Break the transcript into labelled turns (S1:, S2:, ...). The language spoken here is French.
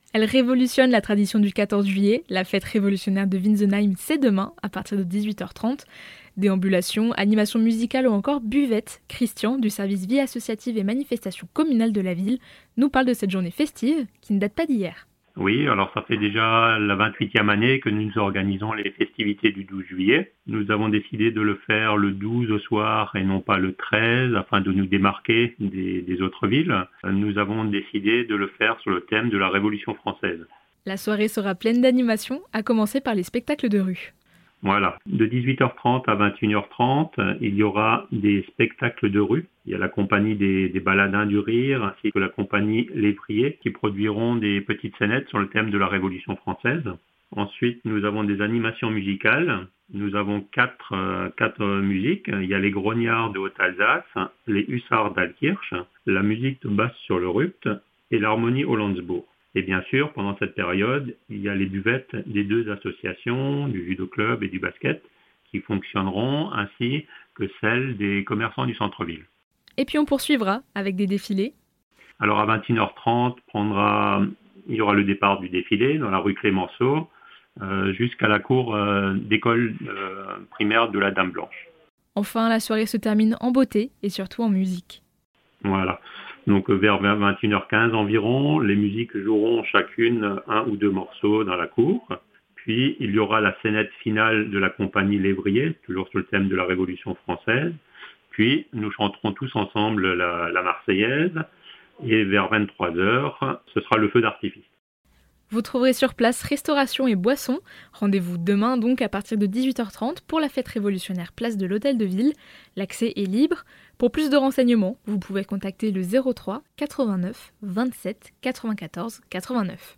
S1: Elle révolutionne la tradition du 14 juillet. La fête révolutionnaire de Winsenheim, c'est demain, à partir de 18h30. Déambulations, animations musicales ou encore buvette. Christian, du service vie associative et manifestations communales de la ville, nous parle de cette journée festive qui ne date pas d'hier.
S2: Oui, alors ça fait déjà la 28e année que nous organisons les festivités du 12 juillet. Nous avons décidé de le faire le 12 au soir et non pas le 13 afin de nous démarquer des autres villes. Nous avons décidé de le faire sur le thème de la Révolution française.
S1: La soirée sera pleine d'animations, à commencer par les spectacles de rue.
S2: Voilà. De 18h30 à 21h30, il y aura des spectacles de rue. Il y a la compagnie des Baladins du Rire ainsi que la compagnie Lévrier qui produiront des petites scénettes sur le thème de la Révolution française. Ensuite, nous avons des animations musicales. Nous avons quatre musiques. Il y a les Grognards de Haute-Alsace, les Hussards d'Altkirch, la musique de basse sur le Rupt et l'harmonie Hollandsbourg. Et bien sûr, pendant cette période, il y a les buvettes des deux associations, du judo club et du basket, qui fonctionneront, ainsi que celles des commerçants du centre-ville.
S1: Et puis on poursuivra avec des défilés.
S2: Alors à 21h30, il y aura le départ du défilé dans la rue Clémenceau, jusqu'à la cour d'école primaire de la Dame Blanche.
S1: Enfin, la soirée se termine en beauté et surtout en musique.
S2: Voilà. Donc vers 21h15 environ, les musiques joueront chacune un ou deux morceaux dans la cour. Puis il y aura la scénette finale de la compagnie Lévrier, toujours sur le thème de la Révolution française. Puis nous chanterons tous ensemble la Marseillaise. Et vers 23h, ce sera le feu d'artifice.
S1: Vous trouverez sur place restauration et boissons. Rendez-vous demain donc à partir de 18h30 pour la fête révolutionnaire place de l'Hôtel de Ville. L'accès est libre. Pour plus de renseignements, vous pouvez contacter le 03 89 27 94 89.